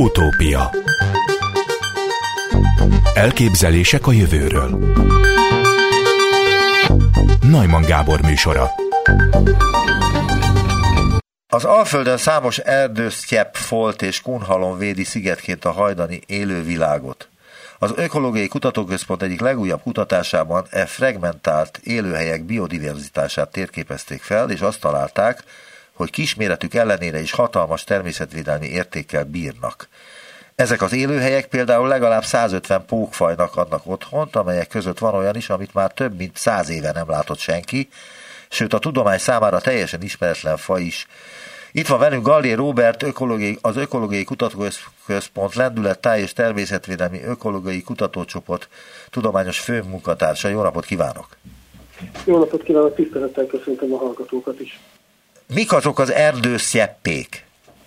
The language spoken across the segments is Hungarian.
Utópia. Elképzelések a jövőről. Neumann Gábor műsora. Az Alföldön számos erdő, sztyepp, folt és kunhalom védi szigetként a hajdani élővilágot. Az Ökológiai Kutatóközpont egyik legújabb kutatásában fragmentált élőhelyek biodiverzitását térképezték fel, és azt találták, hogy kisméretük ellenére is hatalmas természetvédelmi értékkel bírnak. Ezek az élőhelyek például legalább 150 pókfajnak adnak otthont, amelyek között van olyan is, amit már több mint 100 éve nem látott senki, sőt a tudomány számára teljesen ismeretlen faj is. Itt van velünk Gallier Róbert, az Ökológiai Kutatóközpont Lendület Táj és Természetvédelmi Ökológiai Kutatócsoport tudományos főmunkatársa. Jó napot kívánok! Jó napot kívánok, tisztelettel köszöntöm a hallgatókat is. Mik azok az erdősztyeppék?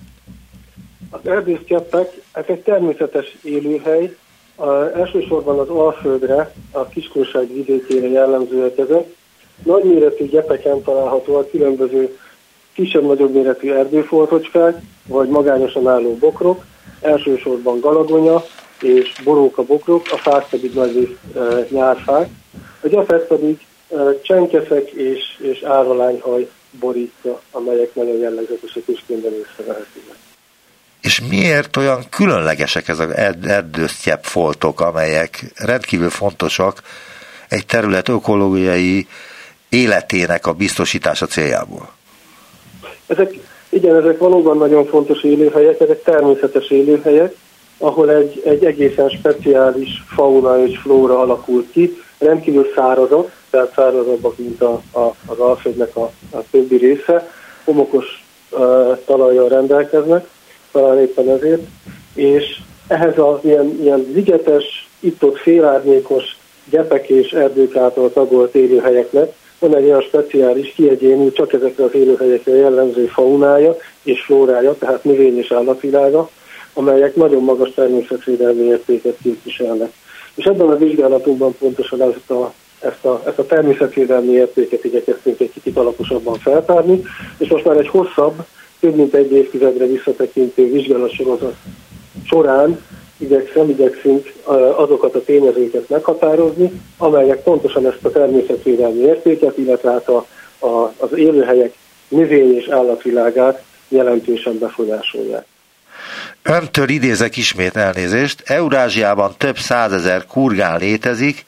Az erdősztyeppek, ez egy természetes élőhely, elsősorban az Alföldre, a Kiskunság vidékére jellemzőek ezek. Nagyméretű gyepeken találhatóak különböző kisebb-nagyobb méretű erdőfoltocskák, vagy magányosan álló bokrok, elsősorban galagonya és boróka bokrok, a fák pedig nagyrészt nyárfák. A gyepet pedig csenkeszek és árvalányhaj borítja, amelyek nagyon jellegzetesek és könnyen észrevehetőek. És miért olyan különlegesek ezek az erdősztyepp foltok, amelyek rendkívül fontosak egy terület ökológiai életének a biztosítása céljából? Ezek valóban nagyon fontos élőhelyek, ezek természetes élőhelyek, ahol egy egészen speciális fauna és flóra alakult ki, rendkívül szárazak, tehát szárazabbak, mint az Alföldnek a többi része, homokos talajjal rendelkeznek, talán éppen ezért, és ehhez az ilyen ligetes, itt-ott félárnyékos gyepek és erdők által tagolt élőhelyeknek van egy olyan speciális, kiegyénű, csak ezekre az élőhelyekre jellemző faunája és flórája, tehát növény- és állatvilága, amelyek nagyon magas természetvédelmi értéket képviselnek. És ebben a vizsgálatunkban pontosan ezt a természetvédelmi értéket igyekeztünk egy kicsit alaposabban feltárni, és most már egy hosszabb, több mint egy évtizedre visszatekintő vizsgálatsorozat során igyekszünk azokat a tényezőket meghatározni, amelyek pontosan ezt a természetvédelmi értéket, illetve hát az élőhelyek növény- és állatvilágát jelentősen befolyásolják. Öntől idézek ismét, elnézést. Eurázsiában több 100 000 kurgán létezik,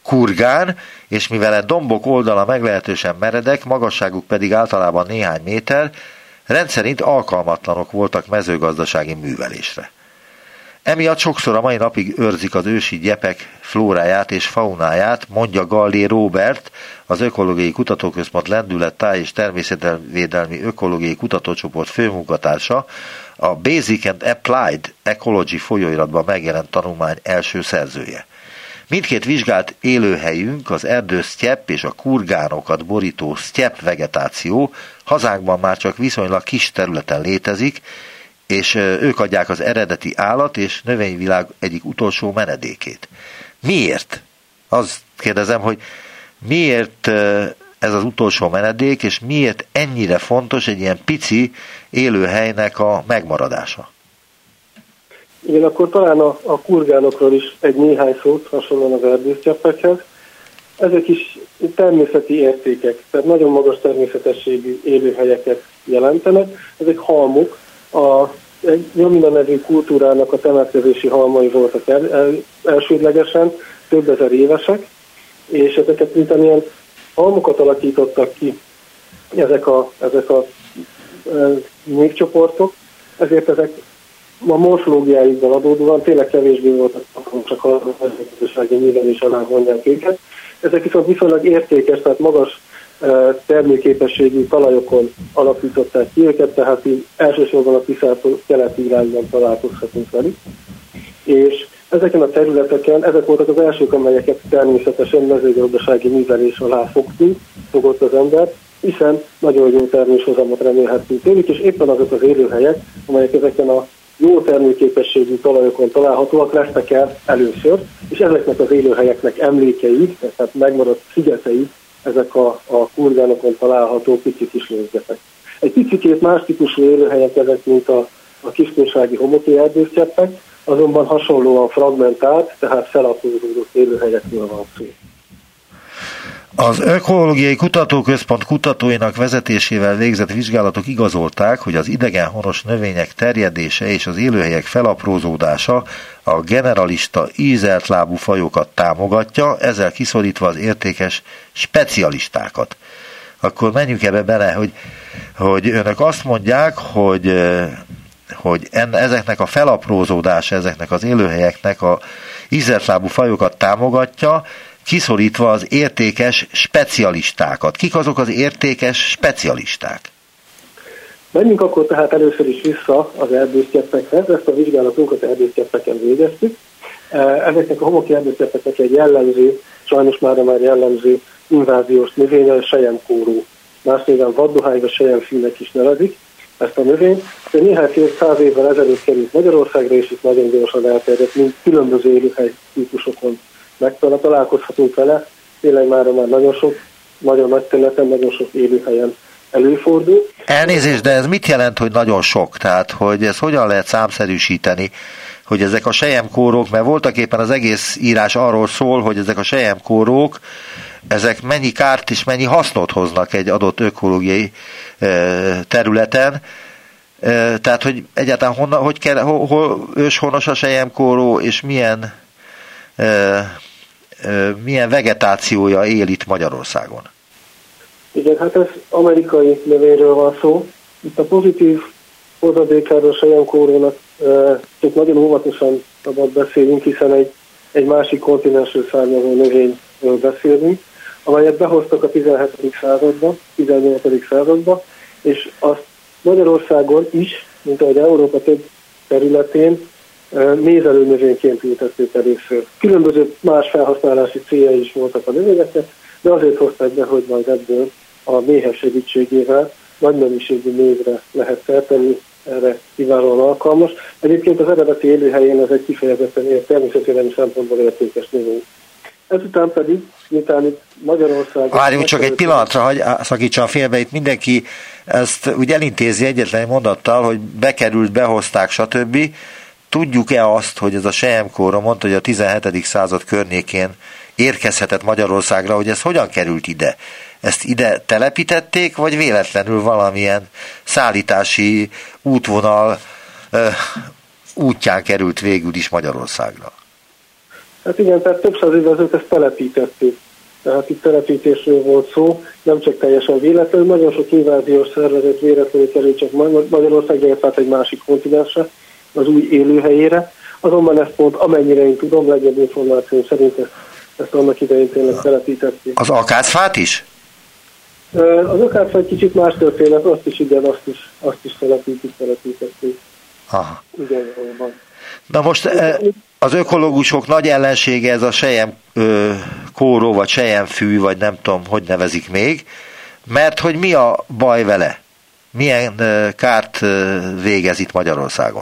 és mivel a dombok oldala meglehetősen meredek, magasságuk pedig általában néhány méter, rendszerint alkalmatlanok voltak mezőgazdasági művelésre. Emiatt sokszor a mai napig őrzik az ősi gyepek flóráját és faunáját, mondja Gallier Róbert, az Ökológiai Kutatóközpont Lendület Táj és Természetvédelmi Ökológiai Kutatócsoport főmunkatársa, a Basic and Applied Ecology folyóiratban megjelent tanulmány első szerzője. Mindkét vizsgált élőhelyünk, az erdősztyepp és a kurgánokat borító sztyepp vegetáció hazánkban már csak viszonylag kis területen létezik, és ők adják az eredeti állat és növényvilág egyik utolsó menedékét. Miért? Azt kérdezem, hogy miért ez az utolsó menedék, és miért ennyire fontos egy ilyen pici élőhelynek a megmaradása? Igen, akkor talán a kurgánokról is egy néhány szót hasonlóan az erdősztyeppekhez. Ezek is természeti értékek, tehát nagyon magas természetességű élőhelyeket jelentenek. Ezek halmok, egy Jamina nevű kultúrának a temetkezési halmai voltak elsődlegesen, több ezer évesek, és ezeket ilyen halmokat alakítottak ki ezek a népcsoportok, ezért ezek a morfológiáikból adódóan tényleg kevésbé voltak, csak a mezőgazdasági művelés alá vonják őket. Ezek viszonylag értékes, tehát magas termőképességű talajokon alapították ki őket, tehát így elsősorban a Tiszától keleti irányban találkozhatunk velük. És ezeken a területeken, ezek voltak az elsők, amelyeket természetesen mezőgazdasági művelés alá fogott az ember, hiszen nagyon jó terméshozamot remélhettünk tőlük, és éppen azok az élőhelyek, amelyek ezeken a jó termőképességű talajokon találhatóak lesznek el először, és ezeknek az élőhelyeknek emlékei, tehát megmaradt szigetei, ezek a kurgánokon található pici kis lőzgetek. Egy picikét más típusú élőhelyek ezek, mint a kiskunsági homoki erdősztyeppek, azonban hasonlóan fragmentált, tehát felaprózódott élőhelyekről van szó. Az Ökológiai Kutatóközpont kutatóinak vezetésével végzett vizsgálatok igazolták, hogy az idegenhonos növények terjedése és az élőhelyek felaprózódása a generalista ízeltlábú fajokat támogatja, ezzel kiszorítva az értékes specialistákat. Akkor menjünk ebbe bele, hogy önök azt mondják, hogy ezeknek a felaprózódása, ezeknek az élőhelyeknek a ízeltlábú fajokat támogatja, kiszorítva az értékes specialistákat. Kik azok az értékes specialisták? Menjünk akkor tehát először is vissza az erdősztyeppekhez. Ezt a vizsgálatunkat erdősztyeppeken végeztük. Ezeknek a homoki erdősztyeppeknek egy jellemző, sajnos már jellemző inváziós növény a selyemkóró. Más néven vaddohány vagy selyemfűnek is nevezik ezt a növényt. De néhány 100 évvel ezelőtt került Magyarországra, és itt nagyon gyorsan elterjedt, mint különböző élőhely típusokon találkozhatunk vele. Tényleg már nagyon nagy területen, nagyon sok élőhelyen előfordul. Elnézést, de ez mit jelent, hogy nagyon sok? Tehát, hogy ez hogyan lehet számszerűsíteni, hogy ezek a selyemkórók, mert voltak éppen az egész írás arról szól, hogy ezek a selyemkórók, ezek mennyi kárt és mennyi hasznot hoznak egy adott ökológiai területen. Tehát, hogy egyáltalán hol őshonos a selyemkóró, és milyen vegetációja él itt Magyarországon? Igen, hát ez amerikai növényről van szó. Itt a pozitív hozadékáról a selyemkórónak csak nagyon óvatosan szabad beszélünk, hiszen egy másik kontinensről származó növényről beszélünk, amelyet behoztak a 17. századba, 18. századba, és azt Magyarországon is, mint ahogy Európa több területén, mézelő növényként ültették először. Különböző más felhasználási céljai is voltak a növényeknek, de azért hozták be, hogy majd ebből a méhek segítségével nagy mennyiségű mézre lehet szerteni, erre kiválóan alkalmas. Egyébként az eredeti élőhelyén ez egy kifejezetten természetvédelmi szempontból értékes növény. Ezután pedig, miután itt Magyarországon... Várjunk csak egy pillanatra, hogy szakítsam félbe, itt mindenki ezt úgy elintézi egyetlen mondattal, hogy bekerült, behozták, stb. Tudjuk-e azt, hogy ez a selyemkóra, mondta, hogy a 17. század környékén érkezhetett Magyarországra, hogy ez hogyan került ide? Ezt ide telepítették, vagy véletlenül valamilyen szállítási útvonal útján került végül is Magyarországra? Hát igen, tehát több száz évvel ezelőtt ezt telepítették. Tehát itt telepítésről volt szó, nem csak teljesen véletlenül, nagyon sok inváziós szervezet véletlenül került csak Magyarországra, tehát egy másik kontinensre, az új élőhelyére. Azonban ezt pont amennyire én tudom, legjobb információ szerint ezt annak idején tényleg telepítették. Az akácfát is? Az akácfát kicsit más történet, azt is telepítették. Aha. Igen, valóban. Na most az ökológusok nagy ellensége ez a selyemkóró, vagy selyemfű, vagy nem tudom, hogy nevezik még, mert hogy mi a baj vele? Milyen kárt végez itt Magyarországon?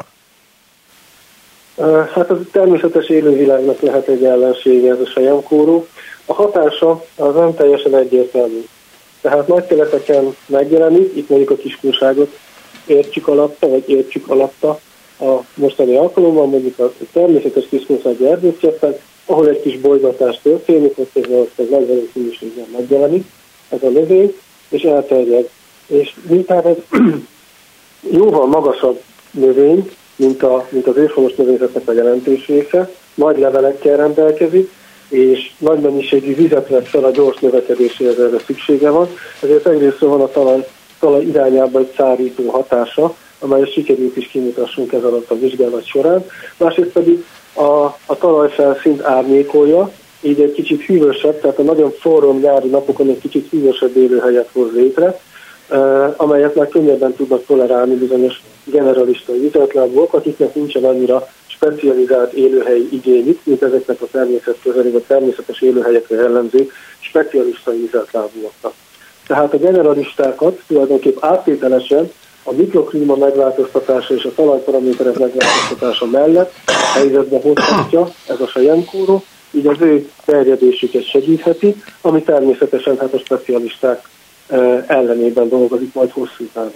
Hát az természetes élővilágnak lehet egy ellensége ez a selyemkóró. A hatása az nem teljesen egyértelmű. Tehát nagy területeken megjelenik, itt mondjuk a kiskunságot értsük alatta a mostani alkalommal, mondjuk a természetes kiskunsági erdősztyeppek, ahol egy kis bolygatás történik, ott ez nagy valószínűséggel megjelenik ez a növény, és elterjed. És miután ez jóval magasabb növény, mint az őshonos növényzetnek a jelentős része, nagy levelekkel rendelkezik, és nagy mennyiségű vizet vesz fel a gyors növekedéséhez, erre szüksége van. Ezért egyrészt van a talaj irányába egy szárító hatása, amelyet sikerült is kimutassunk ez alatt a vizsgálat során. Másrészt pedig a talajfelszínt árnyékolja, így egy kicsit hűvösebb, tehát a nagyon forró nyári napokon egy kicsit hűvösebb élőhelyet hoz létre, amelyet már könnyebben tudnak tolerálni bizonyos generalista ízeltlábúak, akiknek nincsen annyira specializált élőhelyi igényük, mint ezeknek a természetközeli vagy természetes élőhelyekre jellemző specialista ízeltlábúaknak. Tehát a generalistákat tulajdonképp áttételesen a mikroklíma megváltoztatása és a talajparaméterek megváltoztatása mellett helyzetbe hozhatja ez a selyemkóró, így az ő terjedésüket segítheti, ami természetesen hát a specialisták ellenében dolgozik majd hosszú távon.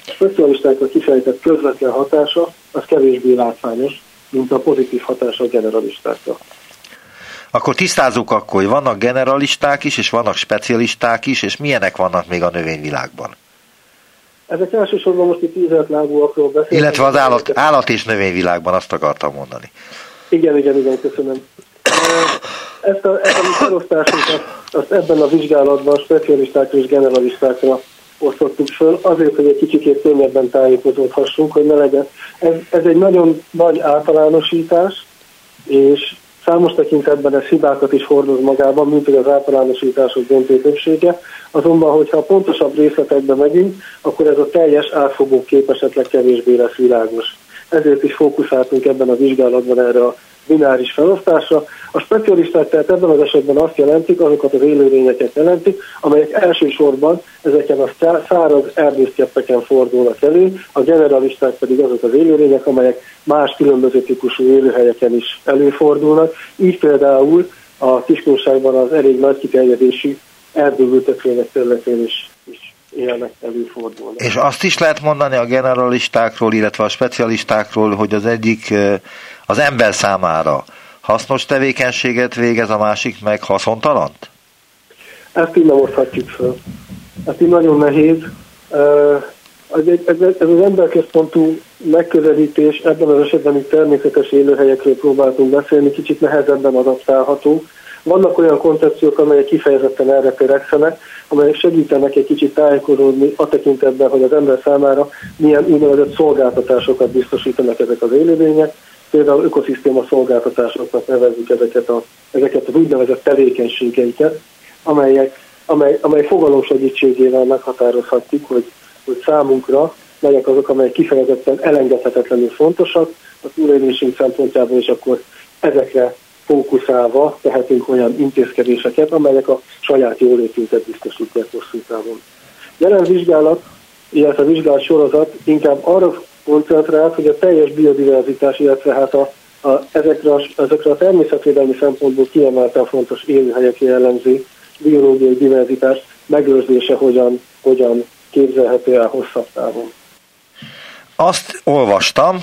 A specialistákra kifejtett közvetlen hatása az kevésbé látványos, mint a pozitív hatása a generalistákra. Akkor tisztázzuk akkor, hogy vannak generalisták is, és vannak specialisták is, és milyenek vannak még a növényvilágban? Ezek elsősorban most itt ízeltlábúakról beszélünk. Illetve az állat és növényvilágban, azt akartam mondani. Igen, köszönöm. Ezt a felosztásunkat azt ebben a vizsgálatban specialistákra és generalistákra osztottuk föl, azért, hogy egy kicsikét könnyebben tájékozódhassunk, hogy ne legyen. Ez egy nagyon nagy általánosítás, és számos tekintetben ez hibákat is hordoz magában, mint hogy az általánosítások döntő többsége, azonban, hogyha pontosabb részletekbe megyünk, akkor ez a teljes átfogó kép esetleg kevésbé lesz világos. Ezért is fókuszáltunk ebben a vizsgálatban erre a bináris felosztásra. A specialisták tehát ebben az esetben azt jelentik, azokat az élőlényeket jelentik, amelyek elsősorban ezeken a száraz erdősztyeppeken fordulnak elő, a generalisták pedig azok az élőlények, amelyek más különböző típusú élőhelyeken is előfordulnak. Így például a Kiskunságban az elég nagy kiterjedésű erdőültetvények területén is élnek, előfordulnak. És azt is lehet mondani a generalistákról, illetve a specialistákról, hogy az egyik az ember számára hasznos tevékenységet végez, a másik meg haszontalant? Ezt így nem oszthatjuk fel. Ezt így nagyon nehéz. Ez az emberközpontú megközelítés, ebben az esetben itt természetes élőhelyekről próbáltunk beszélni, kicsit nehezebben adaptálható. Vannak olyan koncepciók, amelyek kifejezetten erre törekszenek, amelyek segítenek egy kicsit tájékozódni a tekintetben, hogy az ember számára milyen úgynevezett szolgáltatásokat biztosítanak ezek az élőlények. Például ökoszisztéma szolgáltatásoknak nevezzük ezeket az úgynevezett tevékenységeiket, amely fogalom segítségével meghatározhatjuk, hogy számunkra melyek azok, amelyek kifejezetten elengedhetetlenül fontosak a túlélésünk szempontjából, és akkor ezekre fókuszálva tehetünk olyan intézkedéseket, amelyek a saját jólétünket biztosítják hosszú távon. Jelen vizsgálat, illetve a vizsgálat sorozat inkább arra koncentrált, hogy a teljes biodiverzitás, illetve hát ezekre a természetvédelmi szempontból kiemelten fontos élőhelyek jellemző biológiai diverzitás megőrzése hogyan képzelhető el hosszabb távon. Azt olvastam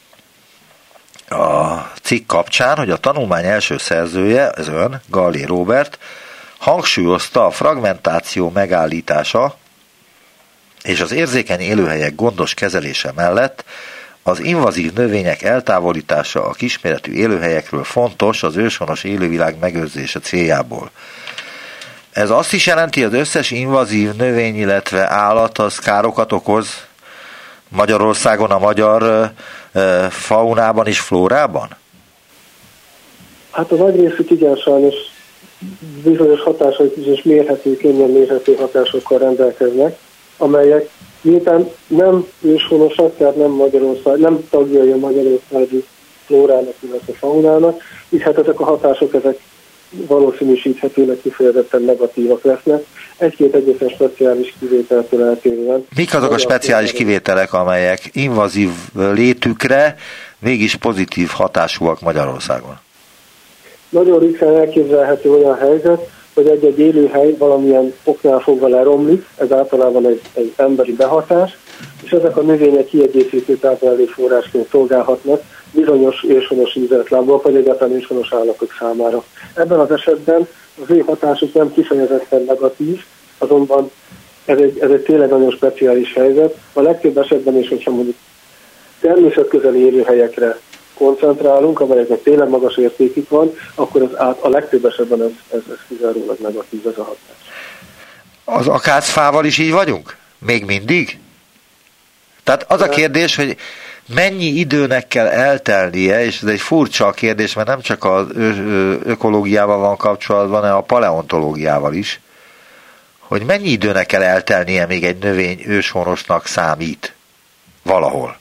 a cikk kapcsán, hogy a tanulmány első szerzője, ez ön, Galli Róbert, hangsúlyozta a fragmentáció megállítása és az érzékeny élőhelyek gondos kezelése mellett az invazív növények eltávolítása a kisméretű élőhelyekről fontos az őshonos élővilág megőrzése céljából. Ez azt is jelenti, hogy az összes invazív növény, illetve állat az károkat okoz Magyarországon, a magyar faunában és flórában? Hát a nagy részük igen, sajnos bizonyos hatások, bizonyos mérhető, könnyen mérhető hatásokkal rendelkeznek, amelyek miután nem őshonosak, tehát nem tagjai a magyarországi flórának, illetve faunának, így hát ezek a hatások ezek valószínűsíthetőleg kifejezetten negatívak lesznek. Egy-két egészen speciális kivételtől eltérően. Mik azok a speciális kivételek, amelyek invazív létükre mégis pozitív hatásúak Magyarországon? Nagyon ritkán elképzelhető olyan helyzet, hogy egy-egy élőhely valamilyen oknál fogva leromlik, ez általában egy emberi behatás, és ezek a növények kiegészítő táplálék forrásként szolgálhatnak bizonyos őshonos ízeltlábúak, vagy egyáltalán őshonos állatok számára. Ebben az esetben az ő hatásuk nem kifejezetten negatív, azonban ez egy tényleg nagyon speciális helyzet. A legtöbb esetben is, hogyha mondjuk természetközeli élőhelyekre koncentrálunk, amelyeknek tényleg magas értékük van, akkor a legtöbb esetben ez kizárólag negatív ez a hatás. Az akácfával is így vagyunk? Még mindig? Tehát az a kérdés, hogy mennyi időnek kell eltelnie, és ez egy furcsa kérdés, mert nem csak az ökológiával van kapcsolatban, hanem a paleontológiával is, hogy mennyi időnek kell eltelnie, még egy növény őshonosnak számít valahol?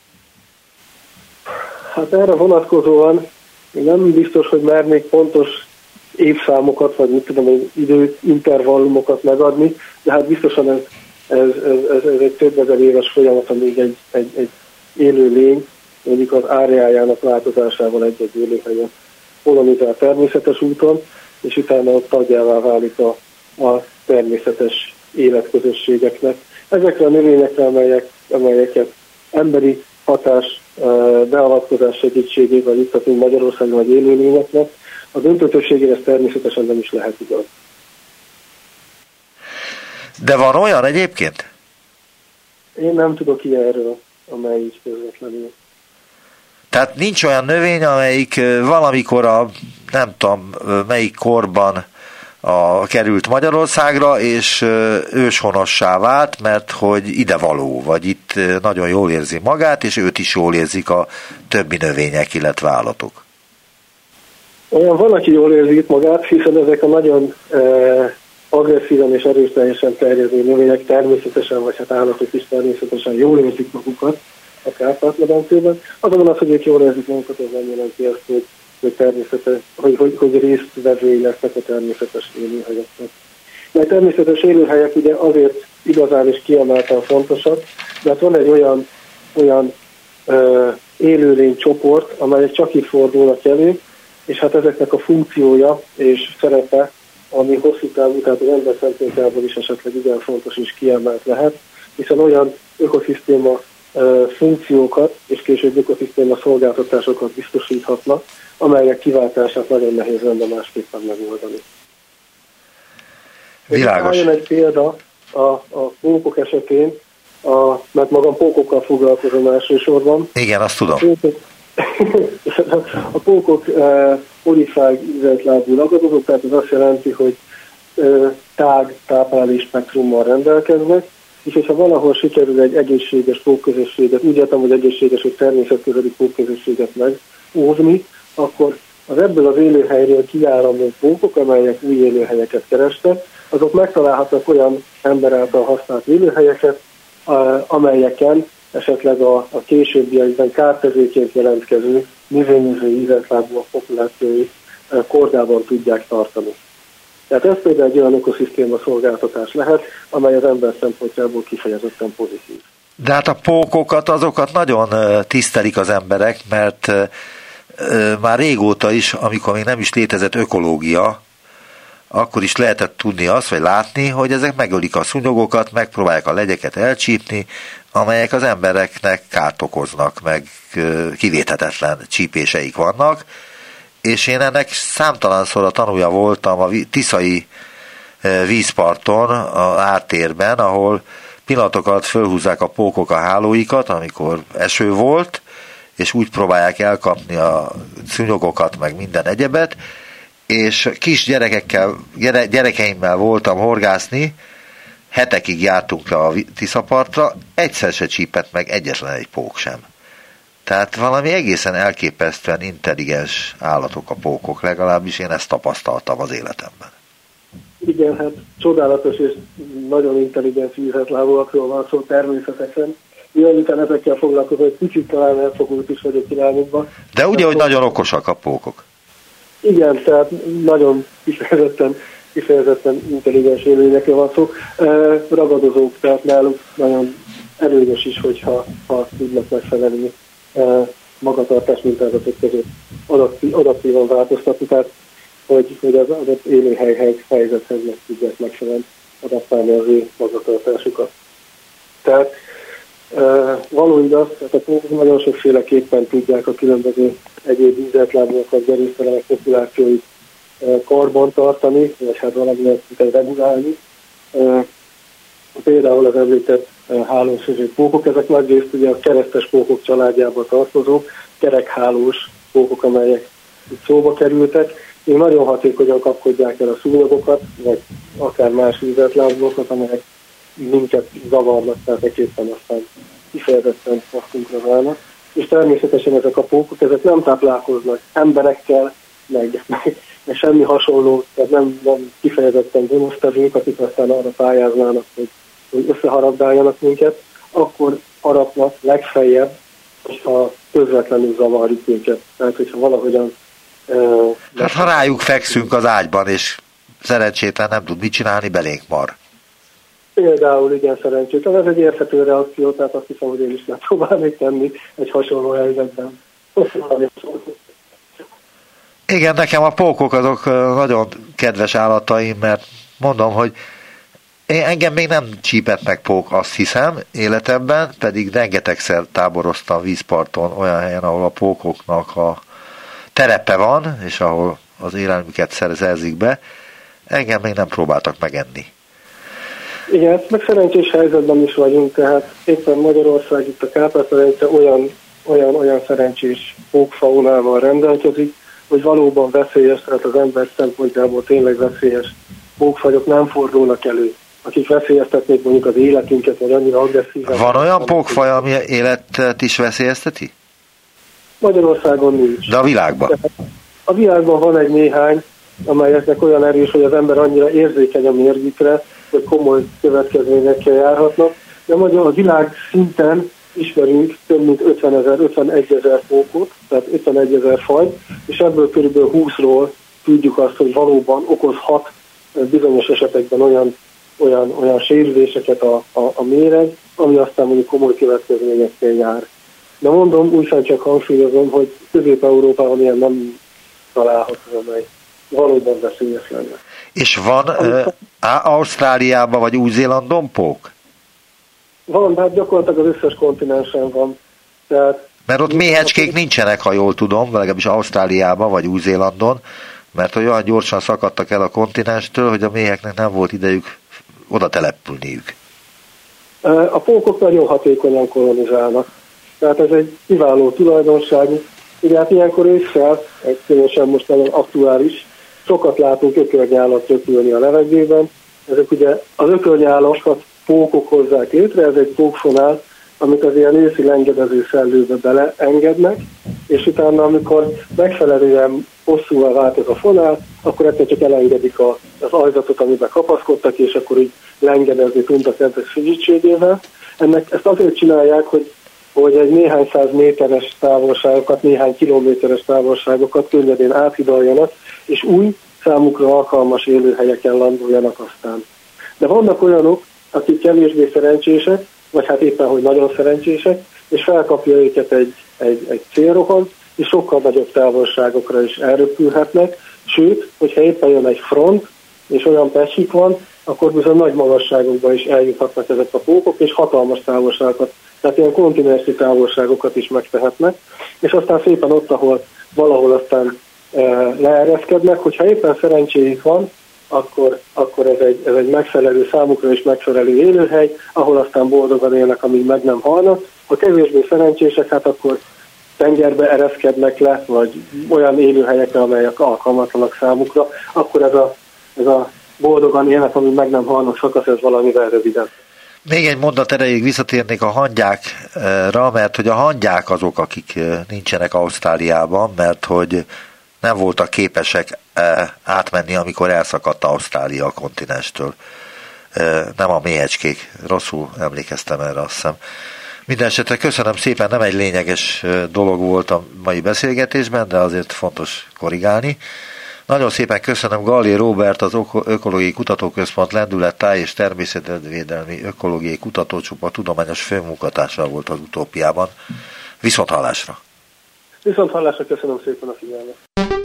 Hát erre vonatkozóan nem biztos, hogy mernék pontos évszámokat, vagy mit tudom, időintervallumokat megadni, de hát biztosan ez egy több ezer éves folyamat, amíg egy élő lény, mondjuk az áreájának változásával egy-egy élőhelyen kolonizál természetes úton, és utána ott tagjává válik a természetes életközösségeknek. Ezekre a növényekre, amelyek amelyeket emberi hatás beavatkozás segítségével juttatunk Magyarországon vagy élőlényeknek, a döntő többségére ez természetesen nem is lehet igaz. De van olyan egyébként? Én nem tudok ilyenről, amely így közvetlenül. Tehát nincs olyan növény, amelyik valamikor nem tudom melyik korban került Magyarországra, és őshonossá vált, mert hogy ide való, vagy itt nagyon jól érzi magát, és őt is jól érzik a többi növények, illetve állatok. Olyan van, aki jól érzi itt magát, hiszen ezek a nagyon agresszíven és erőteljesen terjedő növények természetesen, vagy hát állatok is természetesen jól érzik magukat a Kárpát-medencében. Azonban az, hogy ők jól érzik magukat, az nem jelenti azt, hogy résztvevői lesznek a természetes élőhelyeknek. Mert természetes élőhelyek ugye azért igazán is kiemelten fontosak, mert van egy olyan élőlénycsoport, amelyek csak itt fordulnak elő, és hát ezeknek a funkciója és szerepe, ami hosszú távú, tehát az ember szempontjából is esetleg igen fontos és kiemelt lehet, hiszen olyan ökoszisztéma funkciókat és később ökoszisztéma szolgáltatásokat biztosíthatnak, amelyek kiváltását nagyon nehéz lenne másképpen megoldani. Világos. Jön egy példa a pókok esetén, mert magam pókokkal foglalkozom elsősorban. Igen, azt tudom. A pókok polifág ízeltlábú ragadozók, tehát ez azt jelenti, hogy tág táplálék spektrummal rendelkeznek, és hogyha valahol sikerül egy egészséges pókközösséget, úgy értem, hogy egészséges, hogy természetközeli pókközösséget megóvni, akkor az ebből az élőhelyről kiáramló pókok, amelyek új élőhelyeket kerestek, azok megtalálhatnak olyan ember által használt élőhelyeket, amelyeken esetleg a későbbiekben kártevőként jelentkező növényező ízeltlábúak populációi kordában tudják tartani. Tehát ez például egy olyan ökoszisztéma szolgáltatás lehet, amely az ember szempontjából kifejezetten pozitív. De hát a pókokat, azokat nagyon tisztelik az emberek, mert már régóta is, amikor még nem is létezett ökológia, akkor is lehetett tudni azt, vagy látni, hogy ezek megölik a szúnyogokat, megpróbálják a legyeket elcsípni, amelyek az embereknek kárt okoznak, meg kivéthetetlen csípéseik vannak, és én ennek számtalanszor a tanúja voltam a tiszai vízparton, az ártérben, ahol pillanatokat fölhúzzák a pókok a hálóikat, amikor eső volt, és úgy próbálják elkapni a szúnyogokat, meg minden egyebet, és kis gyerekeimmel voltam horgászni, hetekig jártunk le a Tiszapartra, egyszer se csípett meg egyetlen egy pók sem. Tehát valami egészen elképesztően intelligens állatok a pókok, legalábbis én ezt tapasztaltam az életemben. Igen, hát csodálatos és nagyon intelligens ízeltlábúakról van szó természetesen. Miután ezekkel foglalkozom, egy kicsit talán elfogult is vagyok irányukban. De ugye, hogy nagyon okosak a pókok. Igen, tehát nagyon kifejezetten intelligens élőnyekről van szó. Ragadozók, tehát náluk nagyon előnyös is, hogyha tudnak megfelelni magatartás mintázatok között adaptívan változtatni, tehát hogy az adott élőhely helyzethez meg tudják megfelelni adaptálni az ő magatartásukat. Tehát való igaz, tehát a pókok nagyon sokféleképpen tudják a különböző egyéb ízeltlábúakat, gerinctelenek populációit karban tartani, vagy hát valamilyen szinten regulálni. Például az említett hálósöző pókok, ezek nagyrészt ugye a keresztes pókok családjába tartozók, kerekhálós pókok, amelyek itt szóba kerültek. Még nagyon hatékonyan kapkodják el a szúnyogokat, vagy akár más ízeltlábúakat, amelyek minket zavarnak, tehát eképpen aztán kifejezetten hasznunkra válnak. És természetesen ezek a pókok, ezek nem táplálkoznak emberekkel, meg semmi hasonló, tehát nem kifejezetten gonosztevők, akik aztán arra pályáznának, hogy összeharabdáljanak minket, akkor harapnak legfeljebb, hogyha közvetlenül zavarjuk őket. Tehát, hogyha valahogyan... Hát ha rájuk fekszünk az ágyban, és szerencsétlen nem tud mit csinálni, belénk mar. Például igen, szerencsétlen. Ez egy érthető reakció, tehát azt hiszem, hogy én is megpróbálnék tenni egy hasonló helyzetben. Igen, nekem a pókok azok nagyon kedves állataim, mert mondom, hogy Engem még nem csípett meg pók, azt hiszem, életemben, pedig rengetegszer táboroztam vízparton, olyan helyen, ahol a pókoknak a terepe van, és ahol az élelmüket szerzik be. Engem még nem próbáltak megenni. Igen, meg szerencsés helyzetben is vagyunk, tehát éppen Magyarország itt a Kárpát-medence olyan szerencsés pókfaunával rendelkezik, hogy valóban veszélyes, tehát az ember szempontjából tényleg veszélyes pókfajok nem fordulnak elő, akik veszélyeztetnék mondjuk az életünket, vagy annyira agresszíven. Van olyan pókfaj, ami életet is veszélyezteti? Magyarországon nincs. De a világban? A világban van egy néhány, amelyeknek olyan erős, hogy az ember annyira érzékeny a mérgükre, hogy komoly következményekkel járhatnak. De a világ szinten ismerünk több mint 51 ezer pókot, tehát 51 ezer fajt, és ebből kb. 20-ról tudjuk azt, hogy valóban okozhat bizonyos esetekben olyan sérüléseket a méreg, ami aztán mondjuk komoly következményekkel jár. De mondom, újfent csak hangsúlyozom, hogy Közép-Európában ilyen nem található, amely valóban veszélyes lenne. És van Ausztráliában vagy Új-Zélandon pók? Van, hát gyakorlatilag az összes kontinensen van. Tehát, mert ott méhecskék nincsenek, ha jól tudom, legalábbis Ausztráliában vagy Új-Zélandon, mert olyan gyorsan szakadtak el a kontinenstől, hogy a méheknek nem volt idejük oda települniük. A pókok nagyon hatékonyan kolonizálnak. Tehát ez egy kiváló tulajdonság. Ugye hát ilyenkor ősszel, különösen most nagyon aktuális, sokat látunk ökörnyálat röpülni a levegőben. Ezek ugye az ökörnyálakat pókok hozzák létre, ez egy pókfonál, amit az ilyen őszi lengedező szellőbe beleengednek, és utána, amikor megfelelően hosszúvá vált ez a fonál, akkor egyszer csak elengedik az ajzatot, amiben kapaszkodtak, és akkor így lengedezni tudnak ezek segítségével. Ezt azért csinálják, hogy egy néhány száz méteres távolságokat, néhány kilométeres távolságokat könnyedén áthidaljanak, és új, számukra alkalmas élőhelyeken landoljanak aztán. De vannak olyanok, akik kevésbé szerencsések, vagy hát éppen, hogy nagyon szerencsések, és felkapja őket egy célroham, és sokkal nagyobb távolságokra is elröpülhetnek, sőt, hogyha éppen jön egy front, és olyan pesik van, akkor bizony nagy magasságokba is eljuthatnak ezek a pókok, és hatalmas távolságokat, tehát ilyen kontinensi távolságokat is megtehetnek, és aztán szépen ott, ahol valahol aztán leereszkednek, hogyha éppen szerencséjük van, akkor ez egy megfelelő, számukra is megfelelő élőhely, ahol aztán boldogan élnek, amíg meg nem halnak. Ha kevésbé szerencsések, hát akkor tengerbe ereszkednek le, vagy olyan élőhelyekre, amelyek alkalmatlanak számukra, akkor ez a boldogan élnek, amíg meg nem halnak szakasz, ez valamivel rövidebb. Még egy mondat erejéig visszatérnék a hangyákra, mert hogy a hangyák azok, akik nincsenek Ausztráliában, mert hogy nem voltak képesek átmenni, amikor elszakadt Ausztrália a kontinenstől. Nem a méhecskék. Rosszul emlékeztem erre, azt hiszem. Mindenesetre köszönöm szépen, nem egy lényeges dolog volt a mai beszélgetésben, de azért fontos korrigálni. Nagyon szépen köszönöm Galli Róbert, az Ökológiai Kutatóközpont Lendülettáj és Természetvédelmi Ökológiai Kutatócsoport tudományos főmunkatársa volt az Utópiában. Viszonthallásra! Viszonthallásra, köszönöm szépen a figyelmet!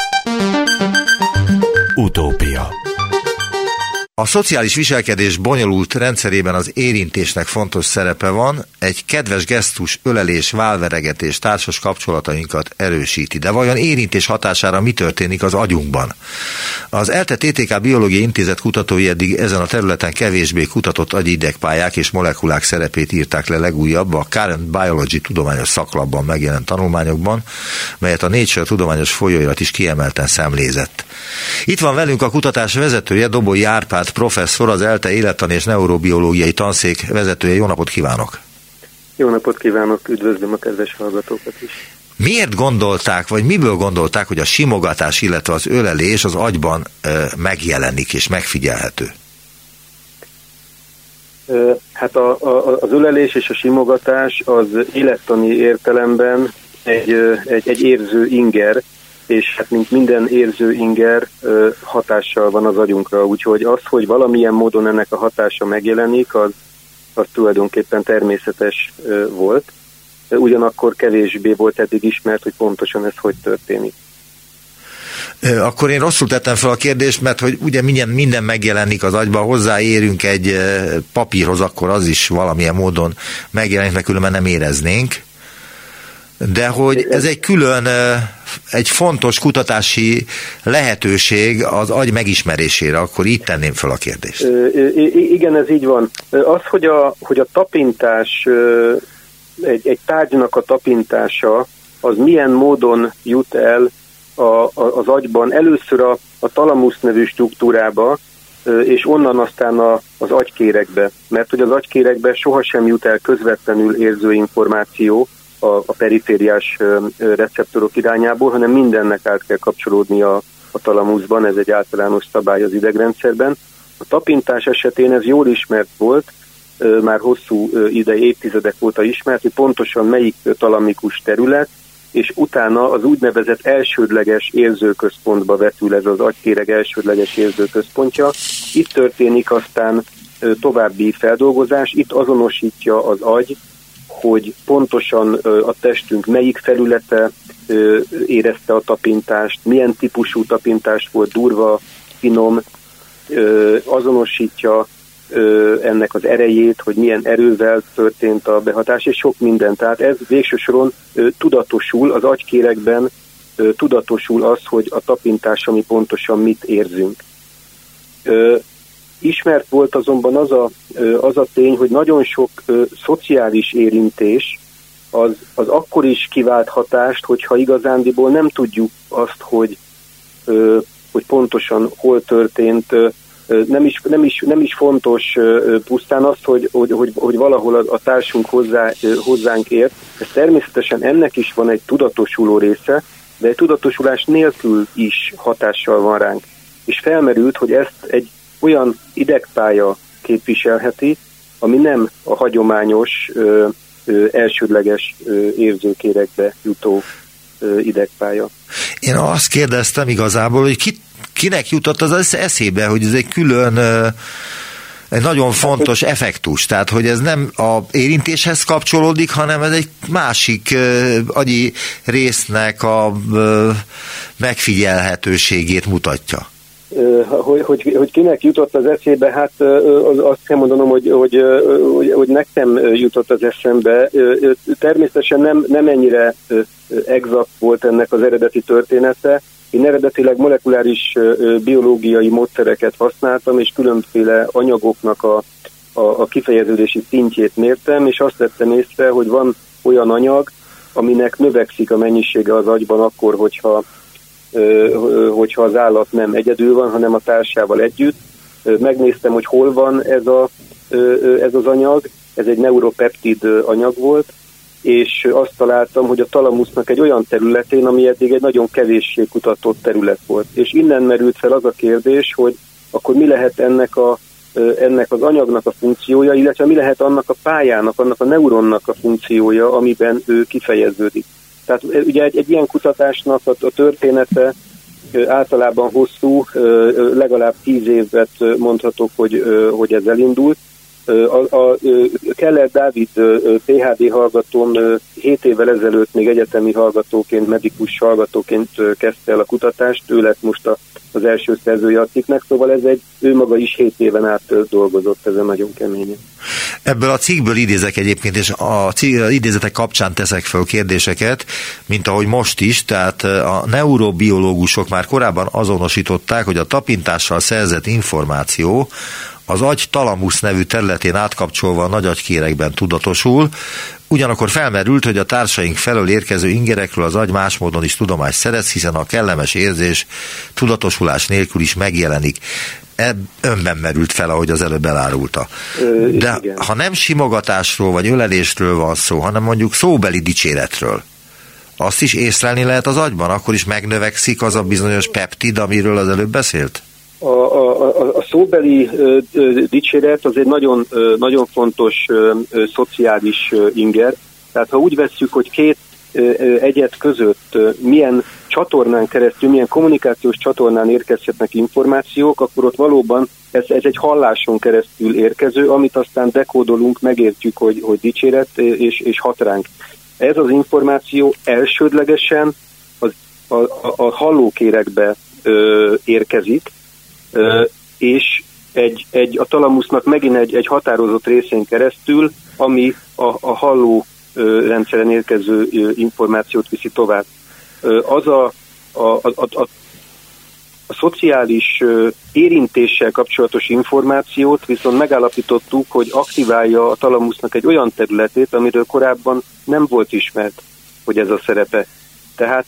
Utópia. A szociális viselkedés bonyolult rendszerében az érintésnek fontos szerepe van, egy kedves gesztus, ölelés, válveregetés társas kapcsolatainkat erősíti. De vajon érintés hatására mi történik az agyunkban? Az ELTE TTK Biológiai Intézet kutatói eddig ezen a területen kevésbé kutatott agyi idegpályák és molekulák szerepét írták le legújabb a Current Biology tudományos szaklapban megjelent tanulmányokban, melyet a Nature tudományos folyóirat is kiemelten szemlézett. Itt van velünk a kutatás vezetője, Doboly Árpád professzor, az ELTE élettani és neurobiológiai tanszék vezetője. Jó napot kívánok! Jó napot kívánok, üdvözlöm a kedves hallgatókat is! Miért gondolták, vagy miből gondolták, hogy a simogatás, illetve az ölelés az agyban megjelenik és megfigyelhető? Hát az ölelés és a simogatás az élettani értelemben egy érző inger, és hát mint minden érző inger hatással van az agyunkra, úgyhogy az, hogy valamilyen módon ennek a hatása megjelenik, az tulajdonképpen természetes volt. Ugyanakkor kevésbé volt eddig ismert, hogy pontosan ez hogy történik. Akkor én rosszul tettem fel a kérdést, mert hogy ugye minden megjelenik az agyba, hozzáérünk egy papírhoz, akkor az is valamilyen módon megjelenik, mert különben nem éreznénk. De hogy ez egy külön, egy fontos kutatási lehetőség az agy megismerésére, akkor így tenném fel a kérdést. Igen, ez így van. Az, hogy a tapintás, egy tárgynak a tapintása, az milyen módon jut el az agyban, először a talamusz nevű struktúrába, és onnan aztán az agykéregbe. Mert hogy az agykéregbe sohasem jut el közvetlenül érző információ a perifériás receptorok irányából, hanem mindennek át kell kapcsolódni a talamuszban, ez egy általános szabály az idegrendszerben. A tapintás esetén ez jól ismert volt, már hosszú évtizedek óta ismert, hogy pontosan melyik talamikus terület, és utána az úgynevezett elsődleges érzőközpontba vetül ez az agykéreg elsődleges érzőközpontja. Itt történik aztán további feldolgozás, itt azonosítja az agy, hogy pontosan a testünk melyik felülete érezte a tapintást, milyen típusú tapintást volt, durva, finom, azonosítja ennek az erejét, hogy milyen erővel történt a behatás, és sok minden. Tehát ez végső soron tudatosul, az agykéregben tudatosul az, hogy a tapintás, ami pontosan mit érzünk. Ismert volt azonban az a tény, hogy nagyon sok szociális érintés az akkor is kivált hatást, hogyha igazándiból nem tudjuk azt, hogy pontosan hol történt. Nem is fontos pusztán azt, hogy valahol a társunk hozzánk ért. Ez természetesen ennek is van egy tudatosuló része, de egy tudatosulás nélkül is hatással van ránk. És felmerült, hogy ezt egy olyan idegpálya képviselheti, ami nem a hagyományos, elsődleges érzőkéregbe jutó idegpálya. Én azt kérdeztem igazából, hogy kinek jutott az eszébe, hogy ez egy külön, egy nagyon fontos effektus, tehát hogy ez nem a érintéshez kapcsolódik, hanem ez egy másik agyi résznek a megfigyelhetőségét mutatja. Hogy kinek jutott az eszébe, hát azt kell mondanom, hogy nekem jutott az eszembe. Természetesen nem ennyire exakt volt ennek az eredeti története. Én eredetileg molekuláris biológiai módszereket használtam, és különféle anyagoknak a kifejeződési szintjét mértem, és azt vettem észre, hogy van olyan anyag, aminek növekszik a mennyisége az agyban akkor, hogyha az állat nem egyedül van, hanem a társával együtt. Megnéztem, hogy hol van ez az anyag, ez egy neuropeptid anyag volt, és azt találtam, hogy a talamusznak egy olyan területén, ami eddig egy nagyon kevéssé kutatott terület volt. És innen merült fel az a kérdés, hogy akkor mi lehet ennek az anyagnak a funkciója, illetve mi lehet annak a pályának, annak a neuronnak a funkciója, amiben ő kifejeződik. Tehát ugye egy ilyen kutatásnak a története általában hosszú, legalább 10 évet mondhatok, hogy ez elindult. A Keller Dávid PhD hallgatóm 7 évvel ezelőtt még egyetemi hallgatóként, medikus hallgatóként kezdte el a kutatást, ő lett most az első szerzője a cikknek, szóval ő maga is 7 éven át dolgozott ezen nagyon keményen. Ebből a cikkből idézek egyébként, és a idézetek kapcsán teszek fel kérdéseket, mint ahogy most is, tehát a neurobiológusok már korábban azonosították, hogy a tapintással szerzett információ az agy talamusz nevű területén átkapcsolva a nagyagykéregben tudatosul, ugyanakkor felmerült, hogy a társaink felől érkező ingerekről az agy más módon is tudomást szerez, hiszen a kellemes érzés tudatosulás nélkül is megjelenik. Önben merült fel, ahogy az előbb elárulta. De igen. Ha nem simogatásról vagy ölelésről van szó, hanem mondjuk szóbeli dicséretről, azt is észlelni lehet az agyban? Akkor is megnövekszik az a bizonyos peptid, amiről az előbb beszélt? A szóbeli dicséret az egy nagyon, nagyon fontos szociális inger. Tehát ha úgy vesszük, hogy két egyed között milyen csatornán keresztül, milyen kommunikációs csatornán érkezhetnek információk, akkor ott valóban ez egy halláson keresztül érkező, amit aztán dekódolunk, megértjük, hogy dicséret, és hat ránk. Ez az információ elsődlegesen a hallókéregbe érkezik, és a talamusznak megint egy határozott részén keresztül, ami a halló rendszeren érkező információt viszi tovább. Az a szociális érintéssel kapcsolatos információt viszont megállapítottuk, hogy aktiválja a talamusznak egy olyan területét, amiről korábban nem volt ismert, hogy ez a szerepe. Tehát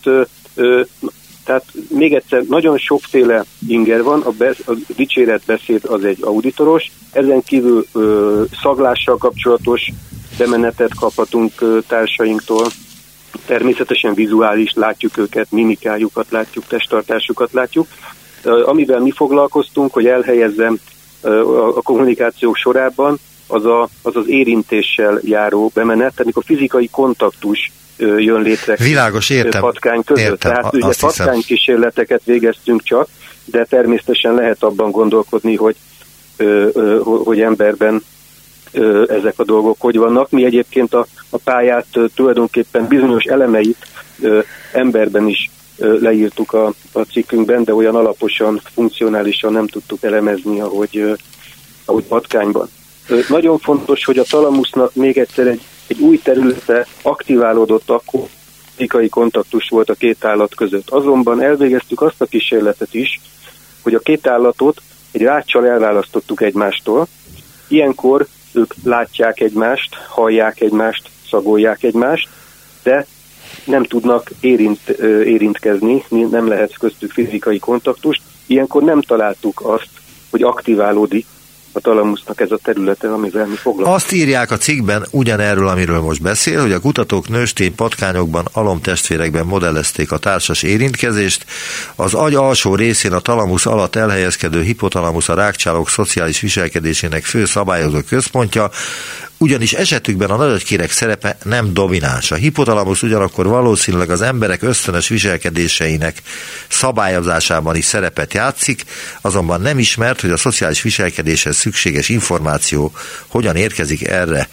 még egyszer, nagyon sokféle inger van, a dicséretbeszéd az egy auditoros, ezen kívül szaglással kapcsolatos bemenetet kaphatunk társainktól, természetesen vizuális, látjuk őket, mimikájukat látjuk, testtartásukat látjuk. Amivel mi foglalkoztunk, hogy elhelyezzem a kommunikációk sorában, az érintéssel járó bemenet, amikor fizikai kontaktus jön létre. Világos, értem. Patkány között. Értem, tehát ugye patkánykísérleteket végeztünk csak, de természetesen lehet abban gondolkodni, hogy emberben ezek a dolgok hogy vannak. Mi egyébként a pályát tulajdonképpen bizonyos elemeit emberben is leírtuk a cikkünkben, de olyan alaposan, funkcionálisan nem tudtuk elemezni, ahogy patkányban. Nagyon fontos, hogy a talamusznak még egyszer egy új területe aktiválódott, akkor fizikai kontaktus volt a két állat között. Azonban elvégeztük azt a kísérletet is, hogy a két állatot egy ráccsal elválasztottuk egymástól. Ilyenkor ők látják egymást, hallják egymást, szagolják egymást, de nem tudnak érintkezni, nem lehet köztük fizikai kontaktust. Ilyenkor nem találtuk azt, hogy aktiválódik a talamusznak ez a területe, amivel mi foglalkozunk. Azt írják a cikkben ugyanerről, amiről most beszél, hogy a kutatók nőstény patkányokban, alomtestvérekben modellezték a társas érintkezést. Az agy alsó részén a talamusz alatt elhelyezkedő hipotalamusz a rágcsálók szociális viselkedésének fő szabályozó központja, ugyanis esetükben a nagyagykérek szerepe nem domináns. A hipotalamusz ugyanakkor valószínűleg az emberek ösztönös viselkedéseinek szabályozásában is szerepet játszik, azonban nem ismert, hogy a szociális viselkedéshez szükséges információ hogyan érkezik erre.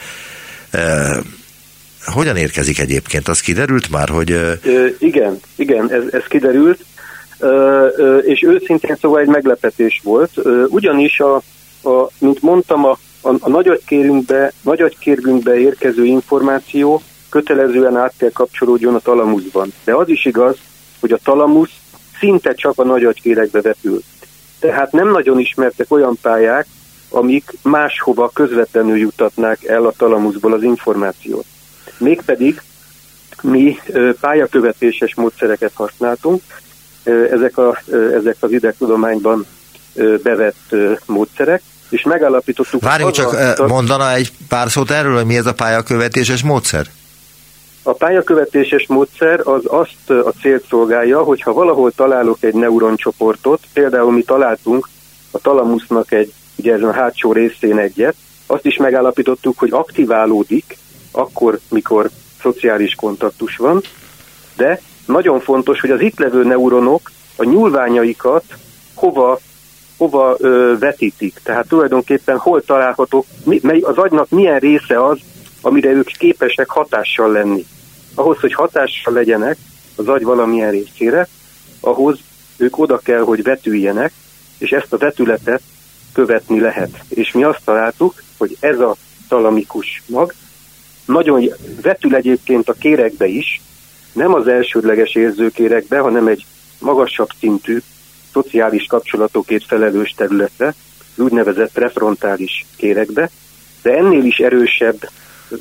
Hogyan érkezik egyébként? Az kiderült már, hogy... Igen, ez kiderült, és őszintén szóval egy meglepetés volt, ugyanis mint mondtam, a nagyagykérgünkbe érkező információ kötelezően át kell kapcsolódjon a talamuszban. De az is igaz, hogy a talamusz szinte csak a nagyagykérekbe vetül. Tehát nem nagyon ismertek olyan pályák, amik máshova közvetlenül juttatnák el a talamuszból az információt. Mégpedig mi pályakövetéses módszereket használtunk, ezek az idegtudományban bevett módszerek, és megállapítottuk... Várjunk csak, mondana egy pár szót erről, hogy mi ez a pályakövetéses módszer? A pályakövetéses módszer az azt a célt szolgálja, hogyha valahol találok egy neuroncsoportot, például mi találtunk a talamusznak ugye ezen a hátsó részén egyet, azt is megállapítottuk, hogy aktiválódik akkor, mikor szociális kontaktus van, de nagyon fontos, hogy az itt levő neuronok a nyúlványaikat hova vetítik. Tehát tulajdonképpen hol találhatók, az agynak milyen része az, amire ők képesek hatással lenni. Ahhoz, hogy hatással legyenek az agy valamilyen részére, ahhoz ők oda kell, hogy vetüljenek, és ezt a vetületet követni lehet. És mi azt találtuk, hogy ez a talamikus mag nagyon vetül egyébként a kérekbe is, nem az elsődleges érzőkérekbe, hanem egy magasabb szintű szociális kapcsolatokért felelős területre, az úgynevezett prefrontális kérekbe, de ennél is erősebb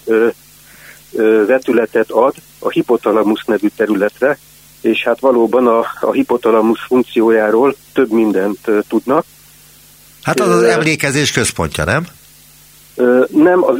vetületet ad a hipotalamusz nevű területre, és hát valóban a hipotalamusz funkciójáról több mindent tudnak. Hát az emlékezés központja, nem? Nem, az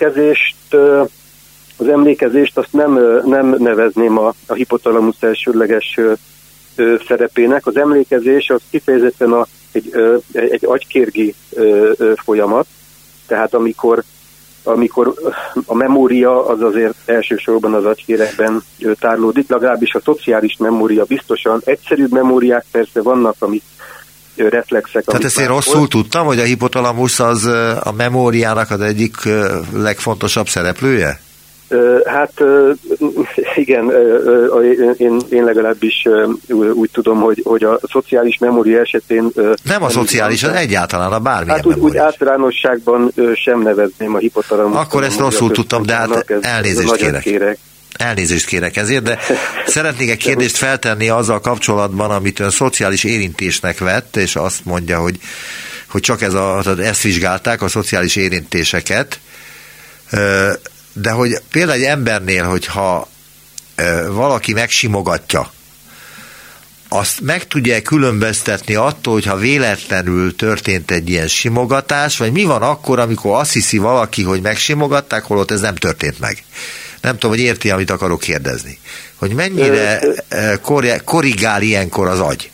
emlékezést azt nem nevezném a hipotalamusz elsődleges szerepének. Az emlékezés az kifejezetten egy agykérgi folyamat, tehát amikor a memória az azért elsősorban az agykérekben tárlódik, legalábbis a szociális memória biztosan. Egyszerűbb memóriák persze vannak, amik reflexek. Tehát ezt én rosszul tudtam, hogy a hipotalamusz az a memóriának az egyik legfontosabb szereplője? Hát igen, én legalábbis úgy tudom, hogy a szociális memória esetén... Nem a szociális, az egyáltalán a bármilyen hát úgy általánosságban sem nevezném a hipotalamus. Akkor ezt rosszul tudtam, de hát elnézést kérek ezért, de szeretnék egy kérdést feltenni azzal kapcsolatban, amit ön szociális érintésnek vett, és azt mondja, hogy csak ezt vizsgálták, a szociális érintéseket, de hogy például egy embernél, hogyha valaki megsimogatja, azt meg tudja különböztetni attól, hogyha véletlenül történt egy ilyen simogatás, vagy mi van akkor, amikor azt hiszi valaki, hogy megsimogatták, holott ez nem történt meg. Nem tudom, hogy érti, amit akarok kérdezni. Hogy mennyire korrigál ilyenkor az agy?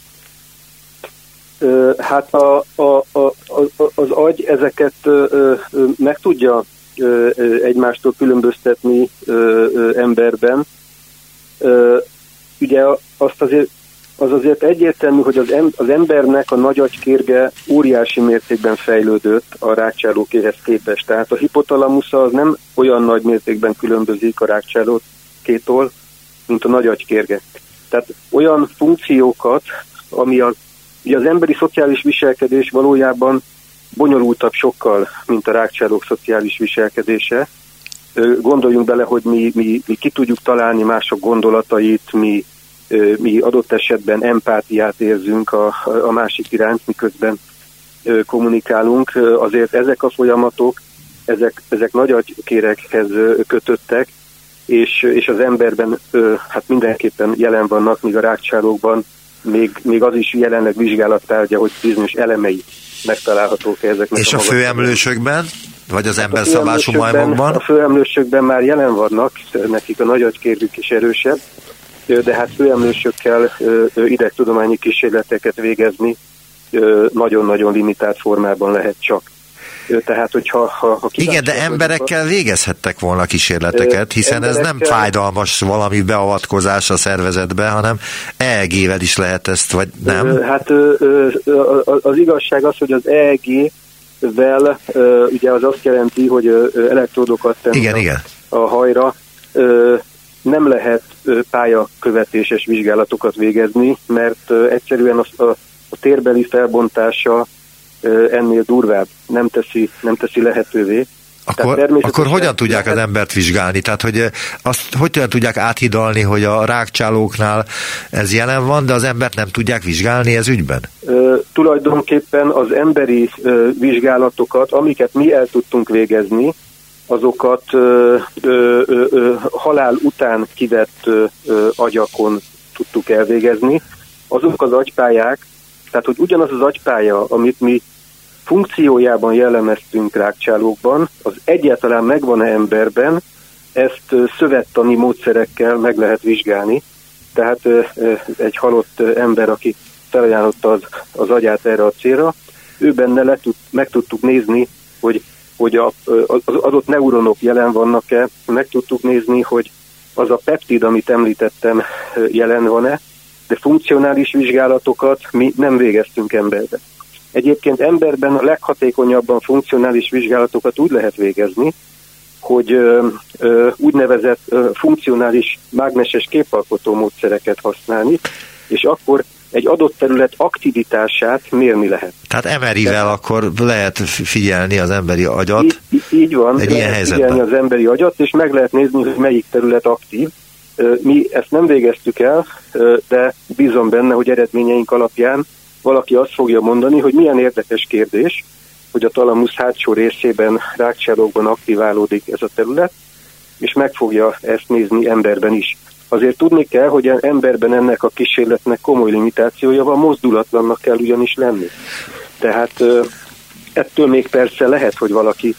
Hát az agy ezeket meg tudja egymástól különböztetni emberben. Ugye az azért egyértelmű, hogy az embernek a nagy agykérge óriási mértékben fejlődött a rákcsálókéhez képest. Tehát a hipotalamusza az nem olyan nagy mértékben különbözik a rákcsálókétól, mint a nagy agykérge. Tehát olyan funkciókat, ami az emberi szociális viselkedés valójában bonyolultabb sokkal, mint a rákcsálók szociális viselkedése. Gondoljunk bele, hogy mi ki tudjuk találni mások gondolatait, mi adott esetben empátiát érzünk a másik iránt, miközben kommunikálunk. Azért ezek a folyamatok, ezek nagy agykéreghez kötöttek, és az emberben hát mindenképpen jelen vannak, míg a rákcsálókban még az is jelenleg vizsgálattárgya, hogy bizonyos elemei megtalálhatók ezeknek. És a főemlősökben? Vagy az emberszabású majmokban? A főemlősökben már jelen vannak, nekik a nagy agykérgük is erősebb, de hát főemlősökkel idegtudományi kísérleteket végezni nagyon-nagyon limitált formában lehet csak. Tehát, hogyha igen, de emberekkel végezhettek volna kísérleteket, hiszen ez nem fájdalmas valami beavatkozás a szervezetbe, hanem EEG-vel is lehet ezt, vagy nem? Hát az igazság az, hogy az EEG-vel ugye az azt jelenti, hogy elektródokat tenni a hajra, nem lehet pályakövetéses vizsgálatokat végezni, mert egyszerűen a térbeli felbontása ennél durvább, nem teszi lehetővé. Akkor hogyan tudják az embert vizsgálni? Tehát, hogy azt hogyan tudják áthidalni, hogy a rákcsálóknál ez jelen van, de az embert nem tudják vizsgálni ez ügyben? Tulajdonképpen az emberi vizsgálatokat, amiket mi el tudtunk végezni, azokat halál után kivett agyakon tudtuk elvégezni. Azok az agypályák, tehát hogy ugyanaz az agypálya, amit mi funkciójában jellemeztünk rákcsálókban, az egyáltalán megvan-e emberben, ezt szövettani módszerekkel meg lehet vizsgálni. Tehát egy halott ember, aki felajánlotta az agyát erre a célra, ő benne meg tudtuk nézni, hogy az adott neuronok jelen vannak-e, meg tudtuk nézni, hogy az a peptid, amit említettem, jelen van-e, de funkcionális vizsgálatokat mi nem végeztünk emberben. Egyébként emberben a leghatékonyabban funkcionális vizsgálatokat úgy lehet végezni, hogy úgynevezett funkcionális mágneses képalkotó módszereket használni, és akkor egy adott terület aktivitását mérni lehet. Tehát MRI-vel akkor lehet figyelni az emberi agyat? Így van, egy ilyen helyzetben. Figyelni az emberi agyat, és meg lehet nézni, hogy melyik terület aktív. Mi ezt nem végeztük el, de bízom benne, hogy eredményeink alapján valaki azt fogja mondani, hogy milyen érdekes kérdés, hogy a talamusz hátsó részében, rákcsálókban aktiválódik ez a terület, és meg fogja ezt nézni emberben is. Azért tudni kell, hogy emberben ennek a kísérletnek komoly limitációja van, mozdulatlannak kell ugyanis lenni. Tehát ettől még persze lehet, hogy valaki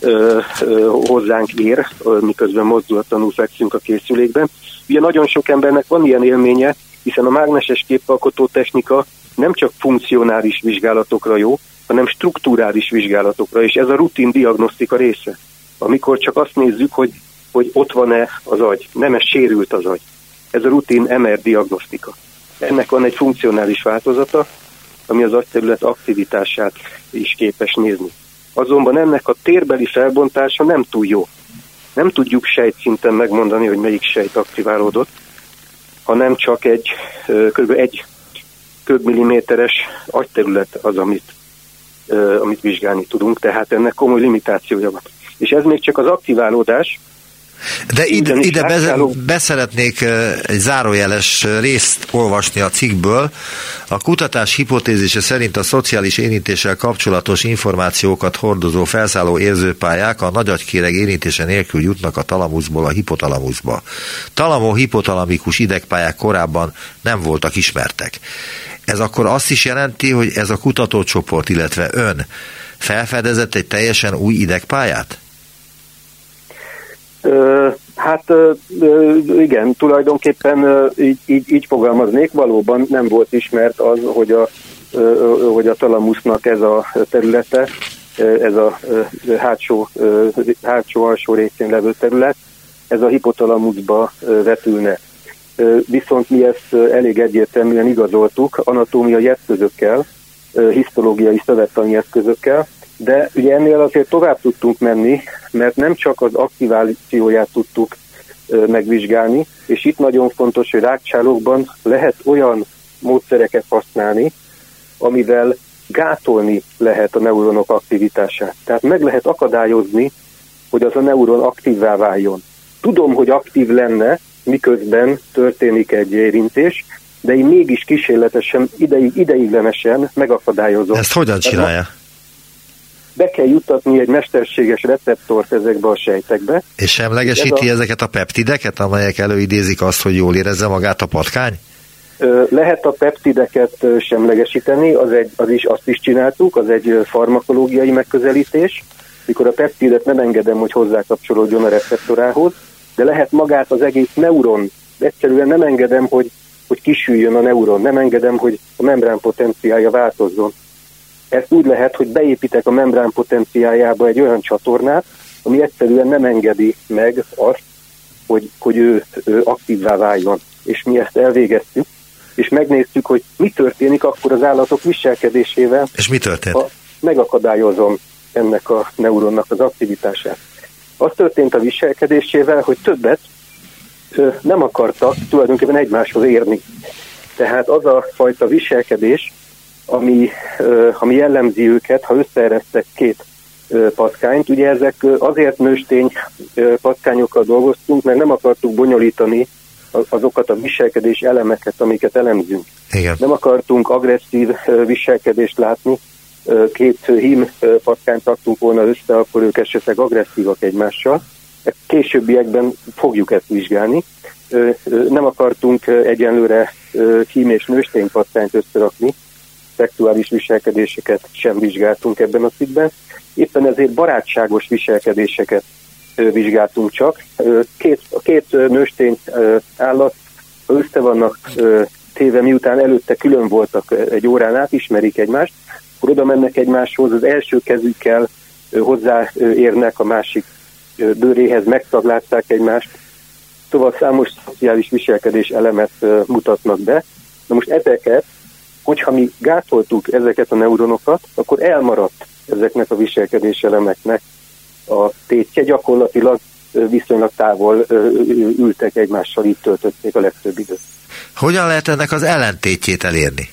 hozzánk ér, miközben mozdulatlanul fekszünk a készülékben. Ugye nagyon sok embernek van ilyen élménye, hiszen a mágneses képalkotó technika nem csak funkcionális vizsgálatokra jó, hanem strukturális vizsgálatokra, és ez a rutin diagnosztika része. Amikor csak azt nézzük, hogy ott van-e az agy, nem sérült az agy. Ez a rutin MR diagnosztika. Ennek van egy funkcionális változata, ami az agyterület aktivitását is képes nézni. Azonban ennek a térbeli felbontása nem túl jó. nem tudjuk sejtszinten megmondani, hogy melyik sejt aktiválódott, hanem csak kb. 1 köbmilliméteres agyterület az, amit vizsgálni tudunk, tehát ennek komoly limitációja van. És ez még csak az aktiválódás. De ide beszeretnék egy zárójeles részt olvasni a cikkből. A kutatás hipotézise szerint a szociális érintéssel kapcsolatos információkat hordozó felszálló érzőpályák a nagyagykéreg érintése nélkül jutnak a talamuszból a hipotalamuszba. Talamo-hipotalamikus idegpályák korábban nem voltak ismertek. Ez akkor azt is jelenti, hogy ez a kutatócsoport, illetve ön felfedezett egy teljesen új idegpályát? Igen, tulajdonképpen így fogalmaznék, valóban nem volt ismert az, hogy a talamusznak ez a területe, ez a hátsó alsó részén levő terület, ez a hipotalamuszba vetülne. Viszont mi ezt elég egyértelműen igazoltuk anatómiai eszközökkel, hisztológiai szövettani eszközökkel, de ugye ennél azért tovább tudtunk menni, mert nem csak az aktivációját tudtuk megvizsgálni, és itt nagyon fontos, hogy rákcsálókban lehet olyan módszereket használni, amivel gátolni lehet a neuronok aktivitását. Tehát meg lehet akadályozni, hogy az a neuron aktívvá váljon. Tudom, hogy aktív lenne, miközben történik egy érintés, de én mégis kísérletesen, ideiglenesen megakadályozom. Ezt hogyan csinálja? Be kell juttatni egy mesterséges receptort ezekbe a sejtekbe. És semlegesíti ezeket a peptideket, amelyek előidézik azt, hogy jól érezze magát a patkány? Lehet a peptideket semlegesíteni, azt is csináltuk, az egy farmakológiai megközelítés, mikor a peptidet nem engedem, hogy hozzákapcsolódjon a receptorához, de lehet magát az egész neuron, egyszerűen nem engedem, hogy kisüljön a neuron, nem engedem, hogy a membrán potenciálja változzon. Ezt úgy lehet, hogy beépítek a membrán potenciáljába egy olyan csatornát, ami egyszerűen nem engedi meg azt, hogy ő aktívvá váljon. És mi ezt elvégeztük, és megnéztük, hogy mi történik akkor az állatok viselkedésével. És mi történt? Ha megakadályozom ennek a neuronnak az aktivitását. Az történt a viselkedésével, hogy többet nem akartak tulajdonképpen egymáshoz érni. Tehát az a fajta viselkedés, ami jellemzi őket, ha összeeresztek két patkányt. Ugye ezek azért nőstény patkányokkal dolgoztunk, mert nem akartuk bonyolítani azokat a viselkedés elemeket, amiket elemzünk. Igen. Nem akartunk agresszív viselkedést látni, két hím patkányt raktunk volna össze, akkor ők esetleg agresszívak egymással. Későbbiekben fogjuk ezt vizsgálni. Nem akartunk egyenlőre hím és nőstény patkányt összerakni, szexuális viselkedéseket sem vizsgáltunk ebben a cikkben. Éppen ezért barátságos viselkedéseket vizsgáltunk csak. Két nőstény állat össze vannak téve, miután előtte külön voltak egy órán át, ismerik egymást, akkor oda mennek egymáshoz, az első kezükkel hozzáérnek a másik bőréhez, megtaglázták egymást, tovább számos szociális viselkedés elemet mutatnak be. Na most ezeket, hogyha mi gátoltuk ezeket a neuronokat, akkor elmaradt ezeknek a viselkedés elemeknek a tétje, gyakorlatilag viszonylag távol ültek egymással, így töltötték a legtöbb időt. Hogyan lehet ennek az ellentétjét elérni?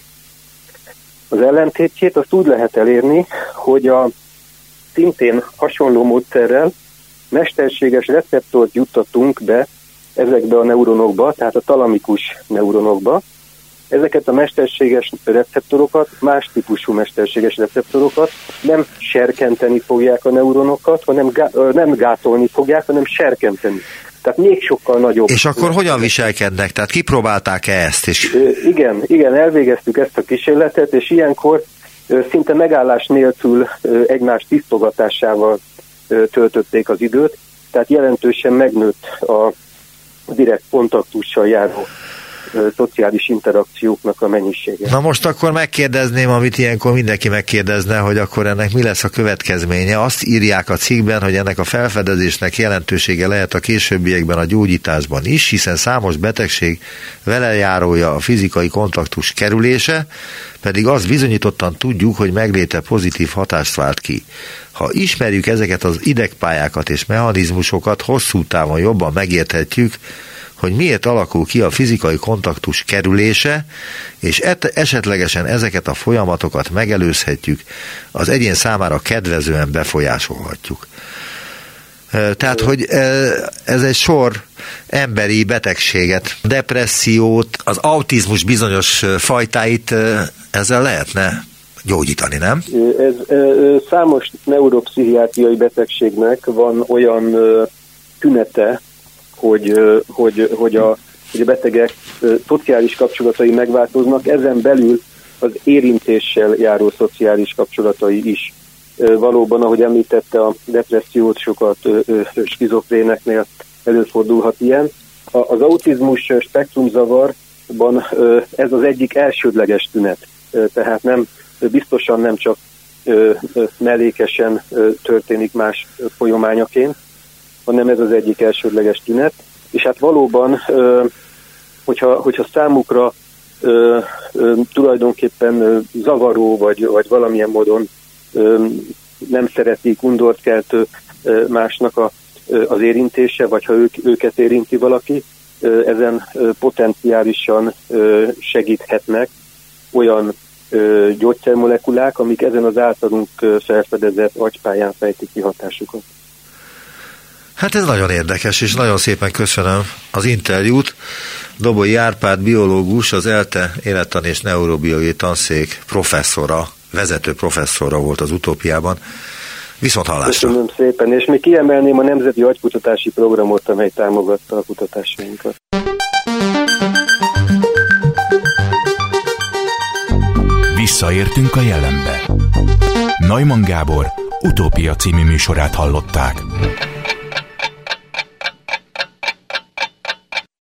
Az ellentétjét azt úgy lehet elérni, hogy szintén hasonló módszerrel mesterséges receptort juttatunk be ezekbe a neuronokba, tehát a talamikus neuronokba. Ezeket a mesterséges receptorokat, más típusú mesterséges receptorokat nem serkenteni fogják a neuronokat, hanem nem gátolni fogják, hanem serkenteni. Tehát még sokkal nagyobb. És akkor hogyan viselkednek? Tehát kipróbálták-e ezt is? Igen, elvégeztük ezt a kísérletet, és ilyenkor szinte megállás nélkül egymás tisztogatásával töltötték az időt, tehát jelentősen megnőtt a direkt kontaktussal járó szociális interakcióknak a mennyisége. Na most akkor megkérdezném, amit ilyenkor mindenki megkérdezne, hogy akkor ennek mi lesz a következménye. Azt írják a cikkben, hogy ennek a felfedezésnek jelentősége lehet a későbbiekben a gyógyításban is, hiszen számos betegség velejárója a fizikai kontaktus kerülése, pedig azt bizonyítottan tudjuk, hogy megléte pozitív hatást vált ki. Ha ismerjük ezeket az idegpályákat és mechanizmusokat, hosszú távon jobban megérthetjük, hogy miért alakul ki a fizikai kontaktus kerülése, és esetlegesen ezeket a folyamatokat megelőzhetjük, az egyén számára kedvezően befolyásolhatjuk. Tehát, hogy ez egy sor emberi betegséget, depressziót, az autizmus bizonyos fajtáit ezzel lehetne gyógyítani, nem? Számos neuropszichiátriai betegségnek van olyan tünete, hogy a betegek szociális kapcsolatai megváltoznak, ezen belül az érintéssel járó szociális kapcsolatai is. Valóban, ahogy említette, a depressziót sokat skizofréneknél előfordulhat ilyen. Az autizmus spektrumzavarban ez az egyik elsődleges tünet, tehát biztosan nem csak mellékesen történik más folyamányaként, hanem ez az egyik elsődleges tünet. És hát valóban, hogyha számukra tulajdonképpen zavaró, vagy valamilyen módon nem szeretik, undort keltő másnak az érintése, vagy ha őket érinti valaki, ezen potenciálisan segíthetnek olyan gyógyszermolekulák, amik ezen az általunk felfedezett agypályán fejtik ki hatásukat. Hát ez nagyon érdekes, és nagyon szépen köszönöm az interjút. Dobói Árpád biológus, az ELTE élettan és neurobiológiai tanszék professzora, vezető professzora volt az Utópiában. Viszont hallásra. Köszönöm szépen, és még kiemelném a Nemzeti Agykutatási Programot, amely támogatta a kutatásainkat. Visszaértünk a jelenbe. Neumann Gábor Utópia című műsorát hallották.